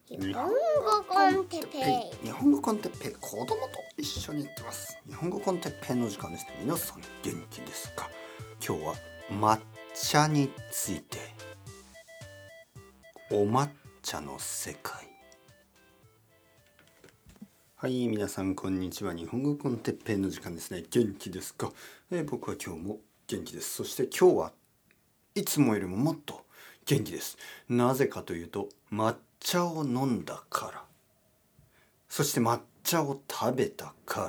日本語コンテッペイ。 日本語コンテッペイ、子供と一緒に行ってます。日本語コンテッペイの時間ですね。皆さん元気ですか？今日は抹茶について。お抹茶の世界。はい、皆さんこんにちは。日本語コンテッペイの時間ですね。元気ですか？僕は今日も元気です。そして今日はいつもよりももっと元気です。なぜかというと抹茶を飲んだから、そして抹茶を食べたから。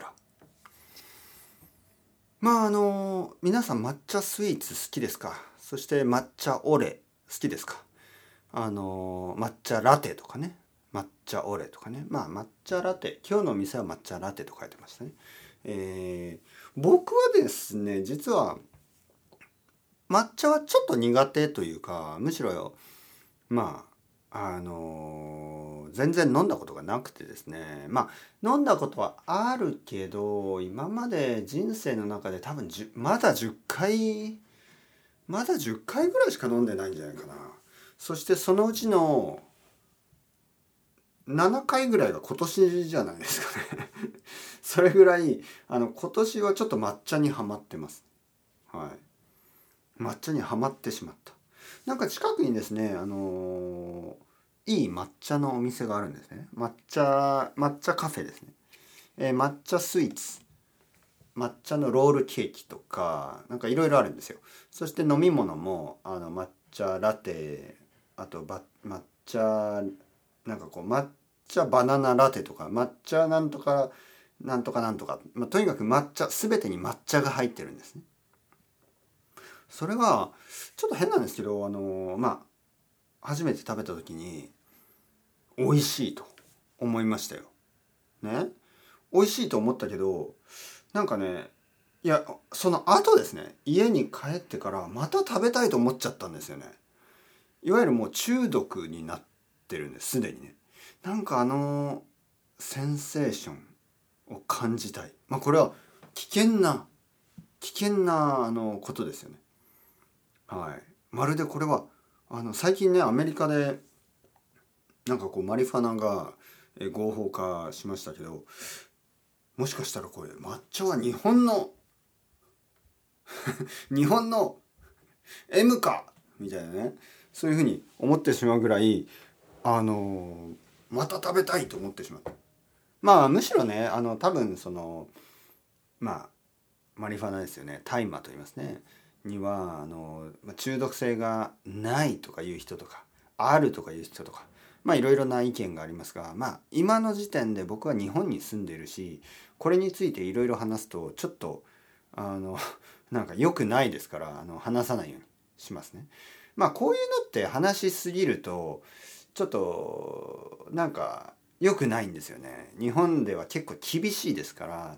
皆さん抹茶スイーツ好きですか？そして抹茶オレ好きですか？抹茶ラテとかね、抹茶オレとかね。抹茶ラテ、今日のお店は抹茶ラテと書いてましたね。僕はですね、実は抹茶はちょっと苦手というか、むしろ全然飲んだことがなくてですね。飲んだことはあるけど、今まで人生の中で多分まだ10回ぐらいしか飲んでないんじゃないかな。そしてそのうちの7回ぐらいが今年じゃないですかね。それぐらい今年はちょっと抹茶にはまってます。はい。抹茶にはまってしまった。なんか近くにですね、いい抹茶のお店があるんですね。抹茶カフェですね。抹茶スイーツ、抹茶のロールケーキとか、なんかいろいろあるんですよ。そして飲み物も抹茶ラテ、あと抹茶抹茶バナナラテとか、抹茶なんとかなんとかなんとか、とにかく抹茶全てに抹茶が入ってるんですね。それがちょっと変なんですけど、初めて食べた時に美味しいと思いましたよ。ね、美味しいと思ったけど、なんかね、いや、その後ですね、家に帰ってからまた食べたいと思っちゃったんですよね。いわゆるもう中毒になってるんです、すでにね。なんかセンセーションを感じたい。これは危険なことですよね。はい。まるでこれは最近ね、アメリカでマリファナが合法化しましたけど、もしかしたらこれ抹茶は日本のM かみたいなね、そういうふうに思ってしまうぐらいまた食べたいと思ってしまった。むしろね、多分マリファナですよね、大麻と言いますねには中毒性がないとかいう人とかあるとかいう人とか、いろいろな意見がありますが、今の時点で僕は日本に住んでいるし、これについていろいろ話すとちょっとなんか良くないですから、話さないようにしますね。こういうのって話しすぎるとちょっとなんか良くないんですよね。日本では結構厳しいですから、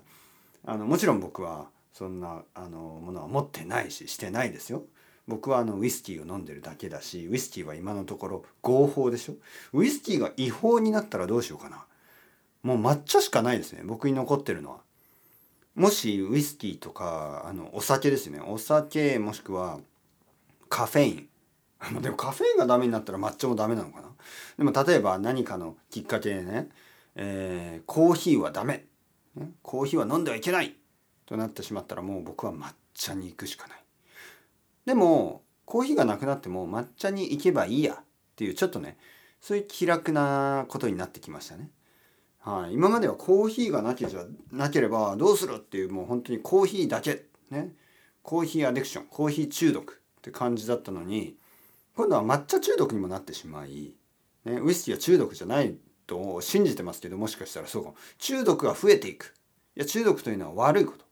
もちろん僕はそんなものは持ってないししてないですよ。僕はウイスキーを飲んでるだけだし、ウイスキーは今のところ合法でしょ。ウイスキーが違法になったらどうしようかな。もう抹茶しかないですね、僕に残ってるのは。もしウイスキーとかお酒ですね、お酒もしくはカフェインでもカフェインがダメになったら抹茶もダメなのかな。でも例えば何かのきっかけでね、コーヒーはダメ、コーヒーは飲んではいけないとなってしまったら、もう僕は抹茶に行くしかない。でもコーヒーがなくなっても抹茶に行けばいいやっていう、ちょっとね、そういう気楽なことになってきましたね。はい、今まではコーヒーがなければどうするっていう、もう本当にコーヒーだけね、コーヒーアディクション、コーヒー中毒って感じだったのに、今度は抹茶中毒にもなってしまい、ね、ウイスキーは中毒じゃないと信じてますけど、もしかしたらそうかも。中毒が増えていく。いや、中毒というのは悪いこと、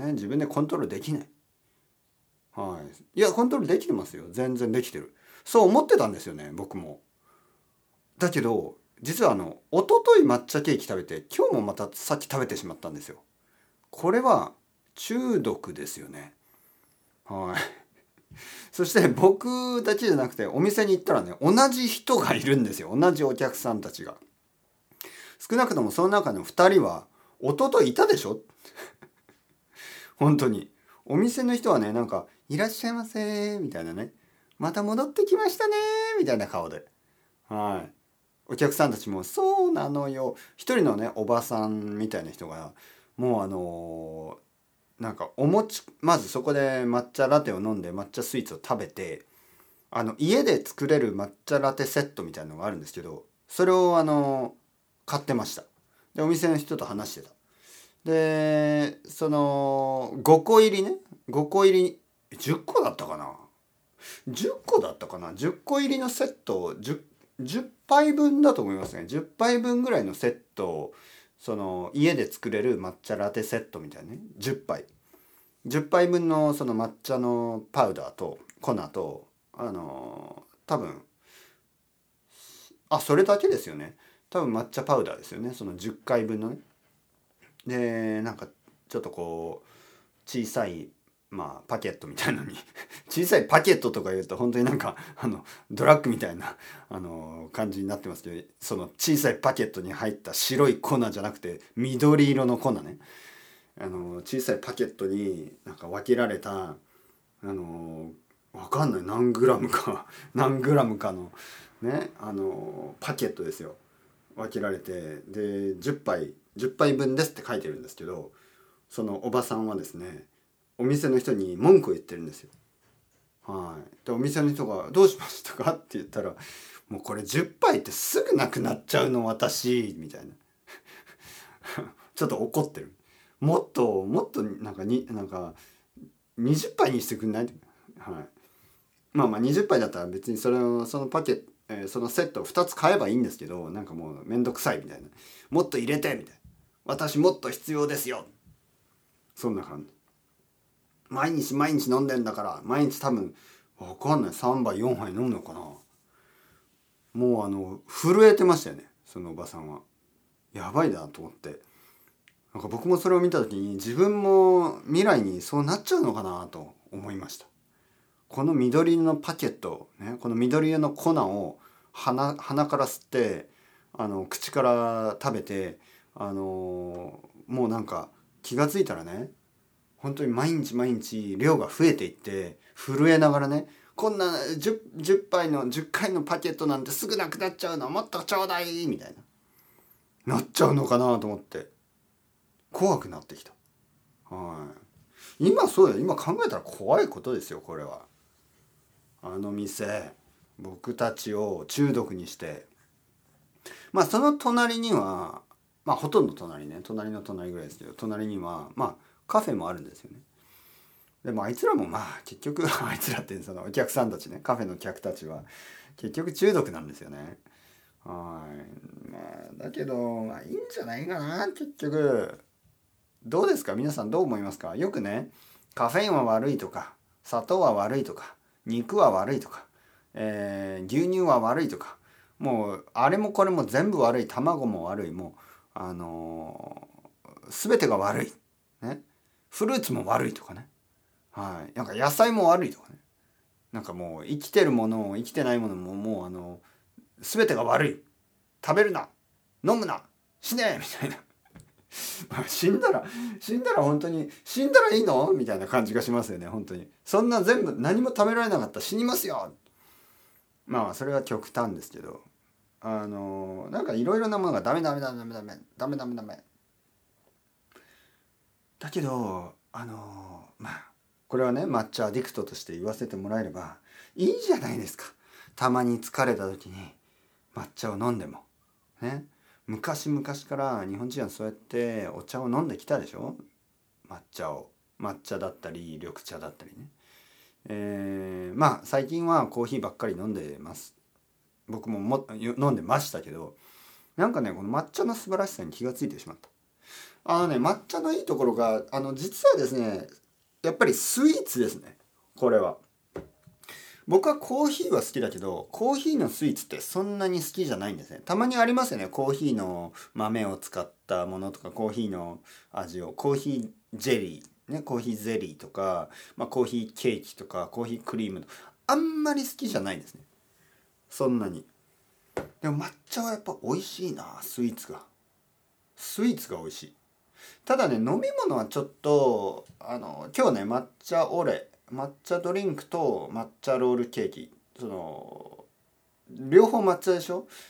自分でコントロールできない。はい、いやコントロールできてますよ、全然できてる。そう思ってたんですよね、僕も。だけど実は一昨日抹茶ケーキ食べて、今日もまたさっき食べてしまったんですよ。これは中毒ですよね。はい。そして僕だけじゃなくて、お店に行ったらね、同じ人がいるんですよ。同じお客さんたちが。少なくともその中の2人は一昨日いたでしょ。本当にお店の人はね、なんかいらっしゃいませみたいなね、また戻ってきましたねみたいな顔で、はい、 お客さんたちもそうなのよ。一人のねおばさんみたいな人がもうなんかまずそこで抹茶ラテを飲んで抹茶スイーツを食べて、家で作れる抹茶ラテセットみたいなのがあるんですけど、それを買ってました。でお店の人と話してた。でその5個入りね、5個入り10個だったかな、10個だったかな、10個入りのセットを10杯分だと思いますね。10杯分ぐらいのセットをその家で作れる抹茶ラテセットみたいなね、10杯分のその抹茶のパウダーと粉と多分それだけですよね。多分抹茶パウダーですよね、その10回分のね。でなんかちょっとこう小さいパケットみたいのに小さいパケットとか言うと本当になんかドラッグみたいな感じになってますけど、その小さいパケットに入った白い粉じゃなくて緑色の粉ね、小さいパケットになんか分けられたわかんない何グラムか何グラムかのねパケットですよ、分けられて、で10杯分ですって書いてるんですけど、そのおばさんはですねお店の人に文句を言ってるんですよ。はい。でお店の人が「どうしましたか?」って言ったら「もうこれ10杯ってすぐなくなっちゃうの私」みたいなちょっと怒ってる。もっとなんか20杯にしてくんない？はい。20杯だったら別にそのパケットそのセットを2つ買えばいいんですけど、なんかもうめんどくさいみたいな、もっと入れてみたいな、私もっと必要ですよ、そんな感じ。毎日飲んでんだから、毎日多分わかんない3杯4杯飲むのかな。もう震えてましたよね、そのおばさんは。やばいなと思って、なんか僕もそれを見た時に自分も未来にそうなっちゃうのかなと思いました。この緑色のパケットね、この緑色の粉を鼻から吸って口から食べてもうなんか気がついたらね、本当に毎日量が増えていって、震えながらね、こんな 10杯の10回のパケットなんてすぐなくなっちゃうの、もっとちょうだいみたいななっちゃうのかなと思って怖くなってきた。はい。今考えたら怖いことですよ、これは。店僕たちを中毒にして、その隣にはほとんど隣の隣ぐらいですけど、隣にはカフェもあるんですよね。でもあいつらも結局あいつらってそのお客さんたちね、カフェの客たちは結局中毒なんですよね。はい。だけどいいんじゃないかな、結局。どうですか皆さん、どう思いますか？よくね、カフェインは悪いとか砂糖は悪いとか肉は悪いとか、牛乳は悪いとか、もうあれもこれも全部悪い、卵も悪い、もう全てが悪い、ね、フルーツも悪いとかね、はい、なんか野菜も悪いとかね、なんかもう生きてるもの生きてないものももう全てが悪い、食べるな、飲むな、死ねみたいな死んだら本当に死んだらいいのみたいな感じがしますよね。本当にそんな全部何も食べられなかったら死にますよ。それは極端ですけど、なんかいろいろなものがダメだけどこれはね抹茶アディクトとして言わせてもらえればいいじゃないですか。たまに疲れた時に抹茶を飲んでもね。昔から日本人はそうやってお茶を飲んできたでしょ。抹茶だったり緑茶だったりね。最近はコーヒーばっかり飲んでます。僕も飲んでましたけど、なんかねこの抹茶の素晴らしさに気がついてしまった。抹茶のいいところが実はですね、やっぱりスイーツですね。これは僕はコーヒーは好きだけど、コーヒーのスイーツってそんなに好きじゃないんですね。たまにありますよね、コーヒーの豆を使ったものとか、コーヒーの味を、コーヒージェリーね、コーヒーゼリーとか、コーヒーケーキとかコーヒークリームとか、あんまり好きじゃないんですね、そんなに。でも抹茶はやっぱ美味しいな、スイーツが美味しい。ただね、飲み物はちょっと今日ね抹茶ドリンクと抹茶ロールケーキ、両方抹茶でしょ。ちょっ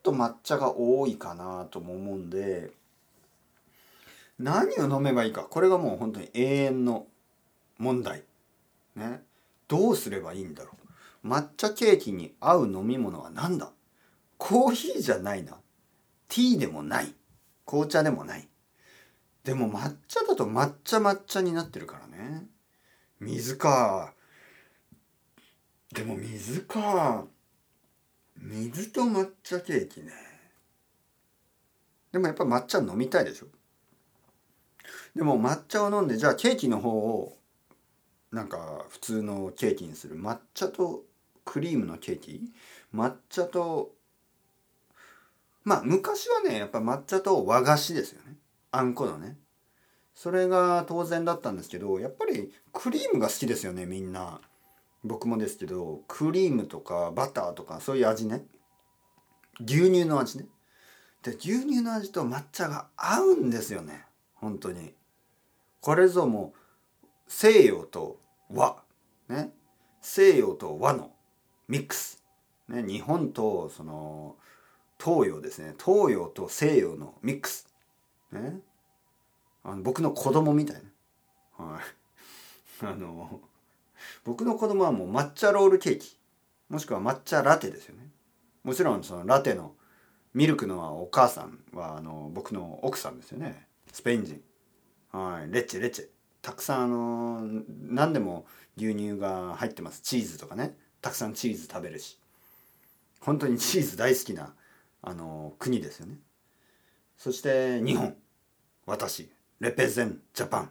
と抹茶が多いかなとも思うんで、何を飲めばいいか、これがもう本当に永遠の問題ね。どうすればいいんだろう。抹茶ケーキに合う飲み物は何だ。コーヒーじゃないな、ティーでもない、紅茶でもない。でも抹茶だと抹茶になってるからね。水か。でも水か。水と抹茶ケーキね。でもやっぱ抹茶飲みたいでしょ。でも抹茶を飲んで、じゃあケーキの方をなんか普通のケーキにする。抹茶とクリームのケーキ、抹茶と、まあ昔はねやっぱ抹茶と和菓子ですよね。あんこのね。それが当然だったんですけど、やっぱりクリームが好きですよね、みんな。僕もですけど、クリームとかバターとかそういう味ね。牛乳の味ね。で、牛乳の味と抹茶が合うんですよね。本当に。これぞもう西洋と和。ね。西洋と和のミックス。ね。日本とその東洋ですね。東洋と西洋のミックス。ね。僕の子供みたいな。はい。僕の子供はもう抹茶ロールケーキ。もしくは抹茶ラテですよね。もちろんそのラテのミルクのお母さんは僕の奥さんですよね。スペイン人。はい。レッチェレッチェ。たくさん何でも牛乳が入ってます。チーズとかね。たくさんチーズ食べるし。本当にチーズ大好きな国ですよね。そして日本。私。レペゼンジャパン。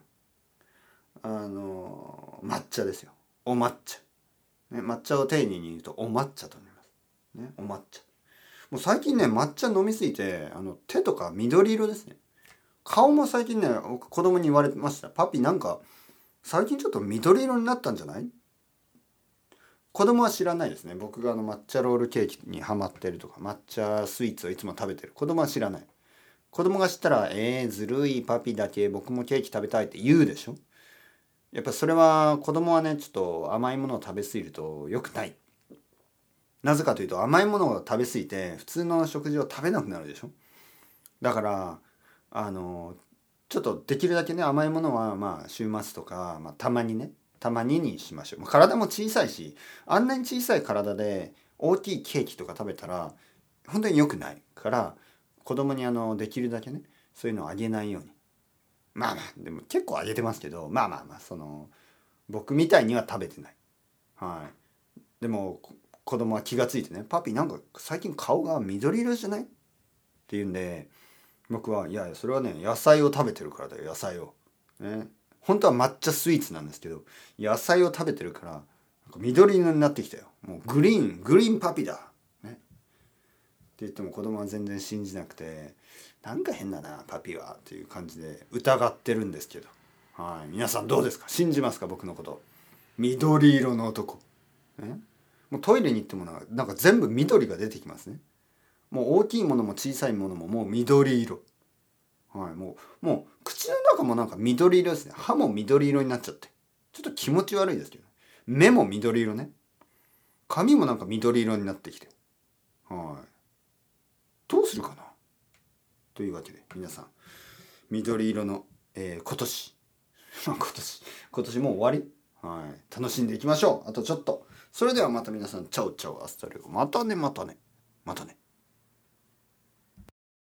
抹茶ですよ。お抹茶。ね、抹茶を丁寧に言うとお抹茶となります。ね、お抹茶。もう最近ね、抹茶飲みすぎて、手とか緑色ですね。顔も最近ね、子供に言われました。パピなんか、最近ちょっと緑色になったんじゃない？子供は知らないですね。僕が抹茶ロールケーキにハマってるとか、抹茶スイーツをいつも食べてる。子供は知らない。子供が知ったら、ずるいパピだけ僕もケーキ食べたいって言うでしょ。やっぱそれは子供はね、ちょっと甘いものを食べ過ぎると良くない。なぜかというと甘いものを食べ過ぎて普通の食事を食べなくなるでしょ。だからちょっとできるだけね甘いものはまあ週末とか、まあ、たまにねたまににしましょう。体も小さいし、あんなに小さい体で大きいケーキとか食べたら本当に良くないから子供にできるだけねそういうのをあげないように。まあまあでも結構あげてますけど、まあまあまあ僕みたいには食べてない。はい。でも子供は気がついてね、パピなんか最近顔が緑色じゃないって言うんで、僕はいやいやそれはね野菜を食べてるからだよ、野菜を。ね。本当は抹茶スイーツなんですけど、野菜を食べてるからなんか緑色になってきたよ。もうグリーンパピだ。ね。って言っても子供は全然信じなくて、なんか変だなパピはっていう感じで疑ってるんですけど。はい。皆さんどうですか？信じますか？僕のこと。緑色の男。ね。もうトイレに行ってもなんか全部緑が出てきますね。もう大きいものも小さいものももう緑色。はい、もう口の中もなんか緑色ですね。歯も緑色になっちゃって。ちょっと気持ち悪いですけど。目も緑色ね。髪もなんか緑色になってきて。はい。どうするかなというわけで皆さん、緑色の、今年。今年もう終わり。はい。楽しんでいきましょう。あとちょっと。それではまた皆さん、チャオチャオアスタルゴ。またね、またね。またね。